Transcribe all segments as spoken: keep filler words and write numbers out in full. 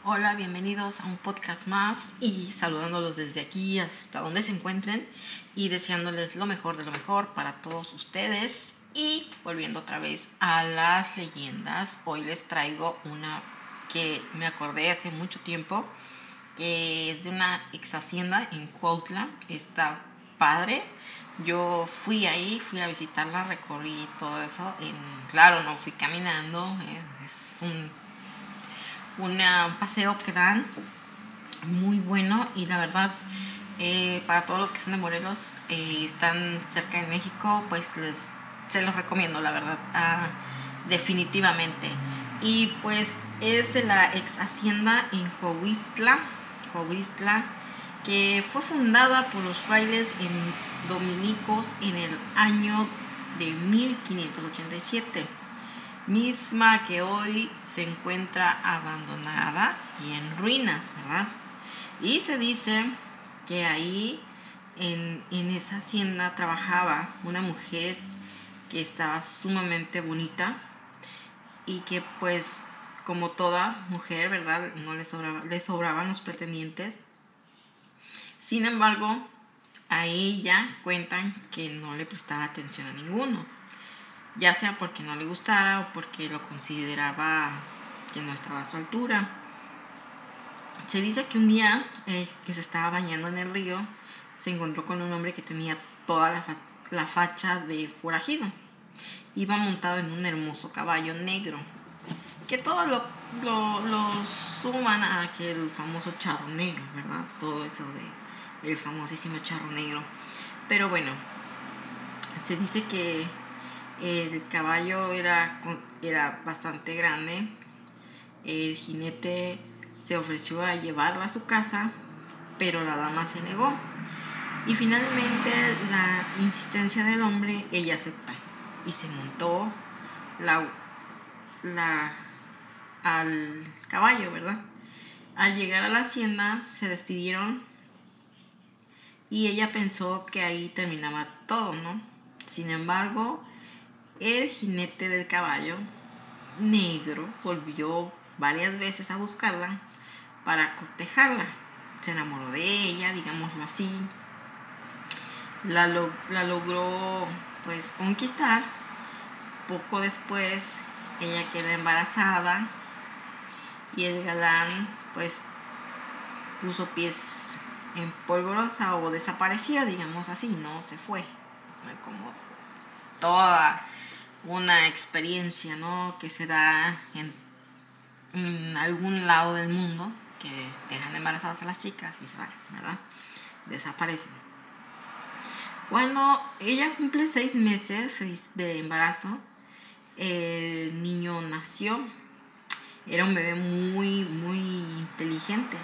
Hola, bienvenidos a un podcast más y saludándolos desde aquí hasta donde se encuentren y deseándoles lo mejor de lo mejor para todos ustedes. Y volviendo otra vez a las leyendas, hoy les traigo una que me acordé hace mucho tiempo, que es de una ex hacienda en Cuautla. Está padre. Yo fui ahí, fui a visitarla, recorrí todo eso. En, claro, no fui caminando, eh, es un una, un paseo que dan muy bueno y la verdad eh, para todos los que son de Morelos eh, están cerca de México, pues les se los recomiendo, la verdad, ah, definitivamente. Y pues es de la ex hacienda en Coahuistla, Coahuistla, que fue fundada por los frailes en dominicos en el año de mil quinientos ochenta y siete, misma que hoy se encuentra abandonada y en ruinas, ¿verdad? Y se dice que ahí en, en esa hacienda trabajaba una mujer que estaba sumamente bonita y que pues como toda mujer, ¿verdad? No le, sobraba, le sobraban los pretendientes. Sin embargo, a ella cuentan que no le prestaba atención a ninguno, ya sea porque no le gustara o porque lo consideraba que no estaba a su altura. Se dice que un día eh, que se estaba bañando en el río, se encontró con un hombre que tenía toda la, fa- la facha de forajido. Iba montado en un hermoso caballo negro, que todo lo, lo, lo suman a aquel famoso charro negro, ¿verdad? Todo eso de el famosísimo charro negro. Pero bueno, se dice que el caballo era, era bastante grande. El jinete se ofreció a llevarlo a su casa, pero la dama se negó. Y finalmente la insistencia del hombre, ella acepta. Y se montó la, la, al caballo, ¿verdad? Al llegar a la hacienda se despidieron y ella pensó que ahí terminaba todo, ¿no? Sin embargo, el jinete del caballo negro volvió varias veces a buscarla para cortejarla. Se enamoró de ella, digámoslo así. La, lo, la logró pues conquistar. Poco después ella queda embarazada y el galán pues puso pies en polvorosa o desapareció, digamos así, no se fue. Como toda una experiencia, ¿no? Que se da en, en algún lado del mundo, que dejan embarazadas a las chicas y se van, ¿verdad? Desaparecen. Cuando ella cumple seis meses de embarazo, el niño nació. Era un bebé muy, muy inteligente.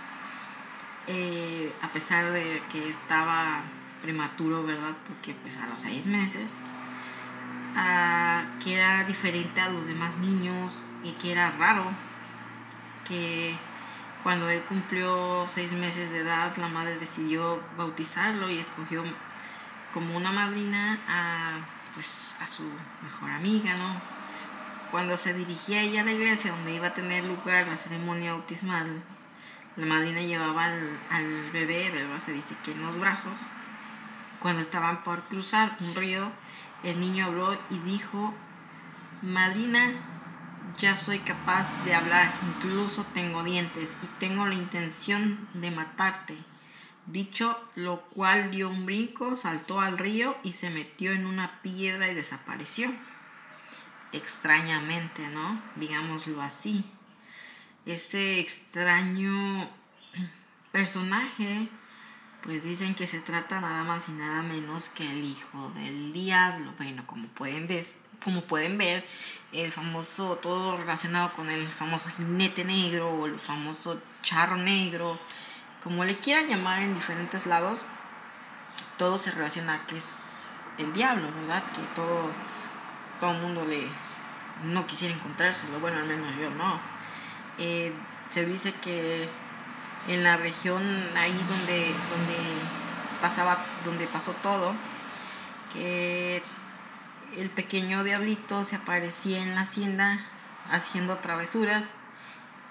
Eh, a pesar de que estaba prematuro, ¿verdad? Porque pues a los seis meses, uh, que era diferente a los demás niños y que era raro, que cuando él cumplió seis meses de edad, la madre decidió bautizarlo y escogió como una madrina a, pues, a su mejor amiga, ¿no? Cuando se dirigía ella a la iglesia donde iba a tener lugar la ceremonia bautismal, la madrina llevaba al, al bebé, ¿verdad? Se dice que en los brazos. Cuando estaban por cruzar un río, el niño habló y dijo: madrina, ya soy capaz de hablar, incluso tengo dientes y tengo la intención de matarte. Dicho lo cual, dio un brinco, saltó al río y se metió en una piedra y desapareció. Extrañamente, ¿no? Digámoslo así. Este extraño personaje, pues dicen que se trata nada más y nada menos que el hijo del diablo. Bueno, como pueden, des- como pueden ver, el famoso, todo relacionado con el famoso jinete negro o el famoso charro negro, como le quieran llamar en diferentes lados, todo se relaciona a que es el diablo, ¿verdad? Que todo, todo el mundo le no quisiera encontrárselo, bueno, al menos yo no. Eh, se dice que en la región ahí donde, donde pasaba, donde pasó todo, que el pequeño diablito se aparecía en la hacienda haciendo travesuras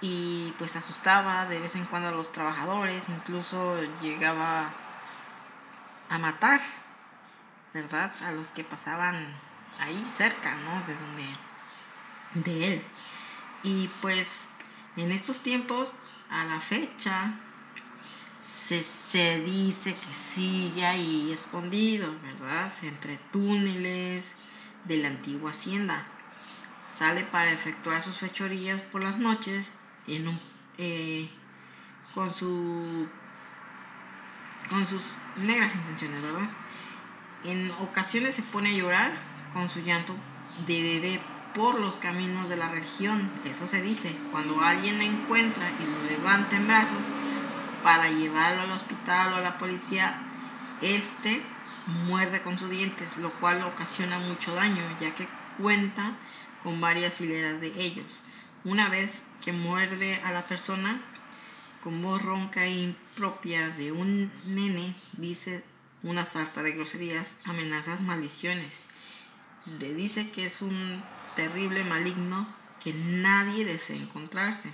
y pues asustaba de vez en cuando a los trabajadores, incluso llegaba a matar, ¿verdad? A los que pasaban ahí cerca, ¿no? De donde, de él. Y pues en estos tiempos, a la fecha, se, se dice que sigue ahí escondido, ¿verdad? Entre túneles de la antigua hacienda. Sale para efectuar sus fechorías por las noches en un, eh, con su con sus negras intenciones, ¿verdad? En ocasiones se pone a llorar con su llanto de bebé por los caminos de la región. Eso se dice. Cuando alguien lo encuentra y lo levanta en brazos para llevarlo al hospital o a la policía, este muerde con sus dientes, lo cual ocasiona mucho daño, ya que cuenta con varias hileras de ellos. Una vez que muerde a la persona, con voz ronca e impropia de un nene, dice una sarta de groserías, amenazas, maldiciones. Le dice que es un terrible maligno que nadie desea encontrarse.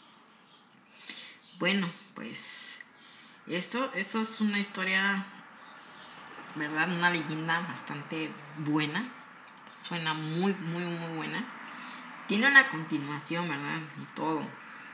Bueno, pues esto, esto es una historia, ¿verdad? Una leyenda bastante buena. Suena muy, muy, muy buena. Tiene una continuación, ¿verdad? Y todo.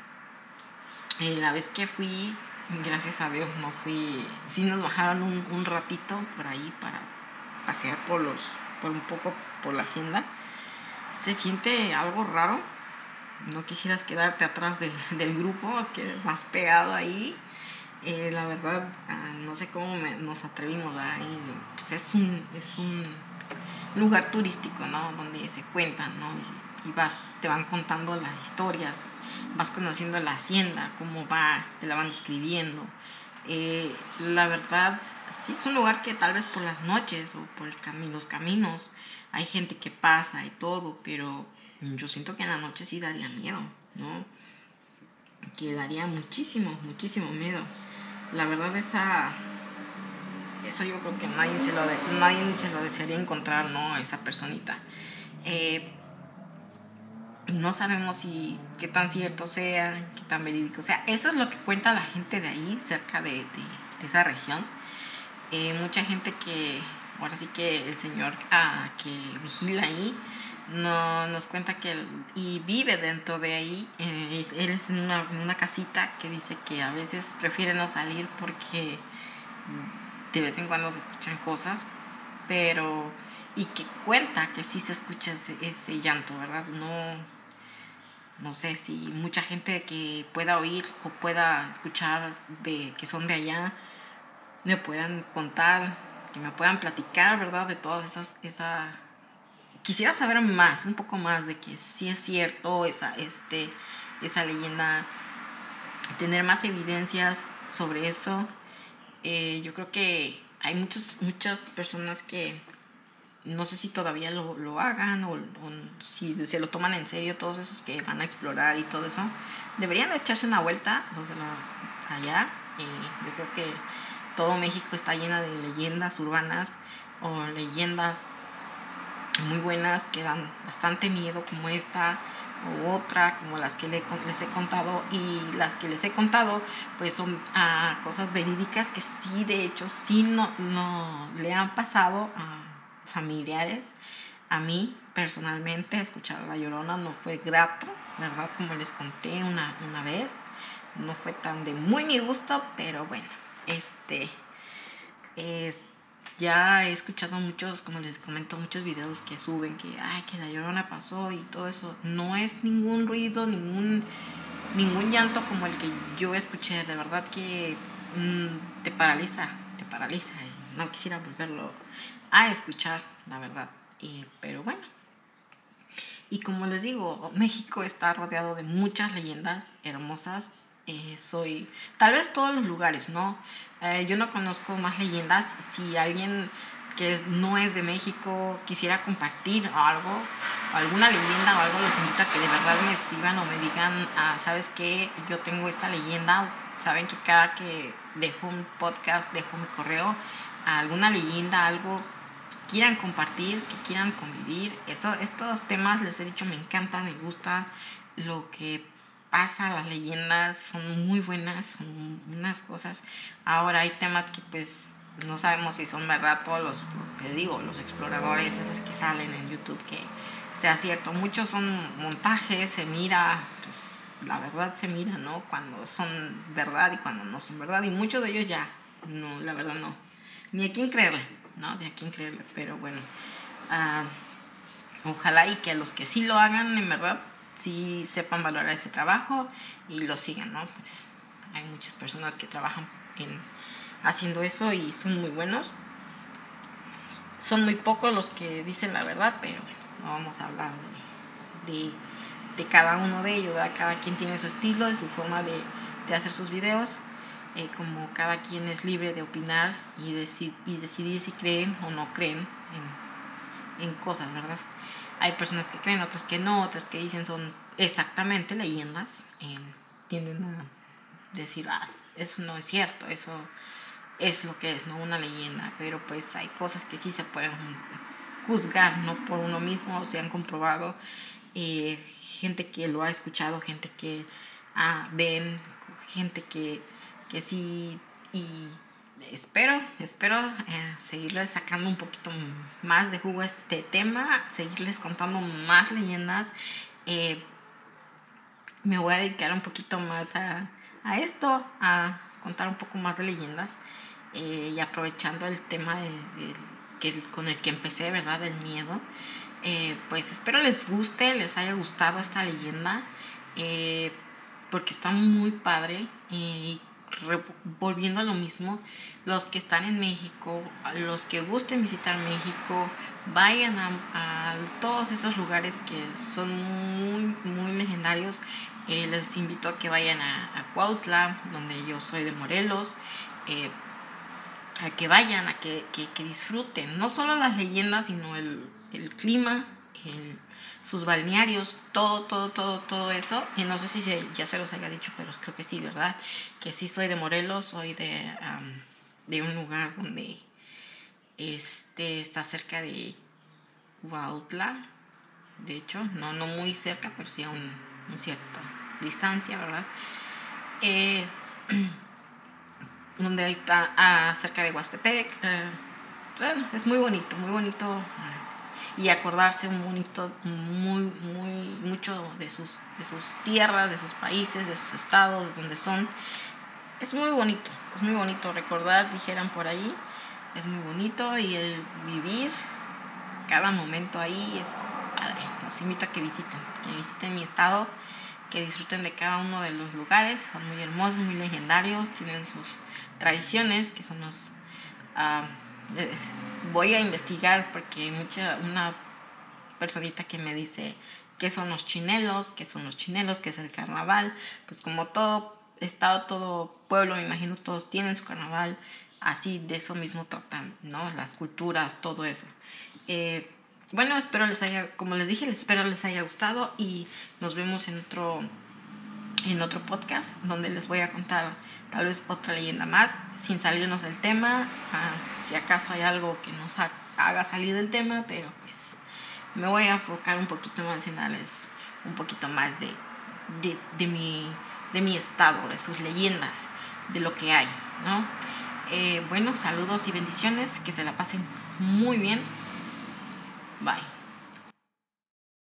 Eh, la vez que fui, gracias a Dios, no fui. Sí nos bajaron un, un ratito por ahí para pasear por los, por un poco por la hacienda. Se siente algo raro. No quisieras quedarte atrás de, del grupo, que más pegado ahí. Eh, la verdad, uh, no sé cómo me, nos atrevimos ahí. Pues es un, es un lugar turístico, ¿no? Donde se cuentan, ¿no? Y, y vas, te van contando las historias, vas conociendo la hacienda, cómo va, te la van describiendo. Eh, la verdad, sí es un lugar que tal vez por las noches o por el cami- los caminos hay gente que pasa y todo, pero yo siento que en la noche sí daría miedo, ¿no? Que daría muchísimo, muchísimo miedo. La verdad, esa eso yo creo que nadie se lo, de, nadie se lo desearía encontrar, ¿no? Esa personita. Eh, no sabemos si qué tan cierto sea, qué tan verídico sea. Eso es lo que cuenta la gente de ahí, cerca de, de, de esa región. Eh, mucha gente que, ahora sí que el señor ah, que vigila ahí, no, nos cuenta que él, y vive dentro de ahí. Eh, él es en una, en una casita que dice que a veces prefiere no salir porque de vez en cuando se escuchan cosas, pero y que cuenta que sí se escucha ese, ese llanto, ¿verdad? No, no sé si mucha gente que pueda oír o pueda escuchar de que son de allá me puedan contar, que me puedan platicar, ¿verdad? De todas esas, esa quisiera saber más, un poco más de que sí es cierto esa, este, esa leyenda, tener más evidencias sobre eso. Eh, yo creo que hay muchos, muchas personas que no sé si todavía lo, lo hagan o, o si se lo toman en serio, todos esos que van a explorar y todo eso. Deberían echarse una vuelta los de la, allá. Y yo creo que todo México está llena de leyendas urbanas o leyendas muy buenas que dan bastante miedo, como esta o otra, como las que les he contado. Y las que les he contado pues son ah, cosas verídicas que sí, de hecho, sí no, no le han pasado a familiares. A mí personalmente escuchar a La Llorona no fue grato, ¿verdad? Como les conté una, una vez, no fue tan de muy mi gusto, pero bueno, este es ya he escuchado muchos, como les comento, muchos videos que suben que, ay, que La Llorona pasó y todo eso. No es ningún ruido, ningún, ningún llanto como el que yo escuché. De verdad que mmm, te paraliza, te paraliza. Y no quisiera volverlo a escuchar, la verdad. Y, pero bueno. Y como les digo, México está rodeado de muchas leyendas hermosas. Eh, soy, tal vez todos los lugares, ¿no? Eh, yo no conozco más leyendas. Si alguien que es, no es de México quisiera compartir algo, alguna leyenda o algo, los invito a que de verdad me escriban o me digan, ah, ¿sabes qué? Yo tengo esta leyenda. Saben que cada que dejo un podcast, dejo mi correo, alguna leyenda, algo que quieran compartir, que quieran convivir. Estos, estos temas, les he dicho, me encantan, me gusta lo que pasa, las leyendas son muy buenas, son unas cosas. Ahora hay temas que pues no sabemos si son verdad, todos los, te digo, los exploradores, esos que salen en YouTube, que sea cierto. Muchos son montajes, se mira, pues la verdad se mira, ¿no? Cuando son verdad y cuando no son verdad. Y muchos de ellos ya, no, la verdad no. Ni a quién creerle, ¿no? Ni a quién creerle, pero bueno. Uh, ojalá y que a los que sí lo hagan, en verdad, sí sepan valorar ese trabajo y lo sigan, ¿no? Pues hay muchas personas que trabajan en haciendo eso y son muy buenos. Son muy pocos los que dicen la verdad, pero bueno, no vamos a hablar de, de, de cada uno de ellos, ¿verdad? Cada quien tiene su estilo y su forma de, de hacer sus videos. Eh, como cada quien es libre de opinar y, deci- y decidir si creen o no creen en, en cosas, ¿verdad? Hay personas que creen, otras que no, otras que dicen son exactamente leyendas. Eh, tienden a decir, ah, eso no es cierto, eso es lo que es, ¿no? Una leyenda. Pero pues hay cosas que sí se pueden juzgar, ¿no? Por uno mismo, o se han comprobado. Eh, gente que lo ha escuchado, gente que ah, ven, gente que, que sí, y espero, espero eh, seguirles sacando un poquito más de jugo a este tema, seguirles contando más leyendas. Eh, me voy a dedicar un poquito más a, a esto, a contar un poco más de leyendas, eh, y aprovechando el tema de, de, que, con el que empecé, ¿verdad? Del miedo. Eh, pues espero les guste, les haya gustado esta leyenda, eh, porque está muy padre. Y re- volviendo a lo mismo, los que están en México, los que gusten visitar México, vayan a, a todos esos lugares que son muy, muy legendarios. Eh, les invito a que vayan a, a Cuautla, donde yo soy de Morelos. Eh, a que vayan, a que, que, que disfruten, no solo las leyendas, sino el, el clima, el, sus balnearios, todo, todo, todo, todo eso. Y no sé si se, ya se los haya dicho, pero creo que sí, ¿verdad? Que sí soy de Morelos, soy de, um, de un lugar donde este, está cerca de Cuautla, de hecho, no, no muy cerca, pero sí a un, un cierta distancia, ¿verdad? Eh, donde está ah, cerca de Huastepec. Eh, bueno, es muy bonito, muy bonito, ah, y acordarse un bonito, muy, muy, mucho de sus, de sus tierras, de sus países, de sus estados, de donde son. Es muy bonito, es muy bonito recordar, dijeran por ahí, es muy bonito, y el vivir cada momento ahí es padre. Los invito a que visiten, que visiten mi estado, que disfruten de cada uno de los lugares. Son muy hermosos, muy legendarios, tienen sus tradiciones, que son los... Uh, eh, voy a investigar porque hay mucha, una personita que me dice qué son los chinelos, qué son los chinelos, qué es el carnaval. Pues como todo estado, todo pueblo, me imagino, todos tienen su carnaval, así de eso mismo tratan, ¿no? Las culturas, todo eso. Eh, bueno, espero les haya, como les dije, espero les haya gustado, y nos vemos en otro, en otro podcast donde les voy a contar tal vez otra leyenda más, sin salirnos del tema. Uh, si acaso hay algo que nos ha, haga salir del tema, pero pues me voy a enfocar un poquito más en darles un poquito más de, de, de, mi, de mi estado, de sus leyendas, de lo que hay, ¿no? Eh, bueno, saludos y bendiciones, que se la pasen muy bien. Bye.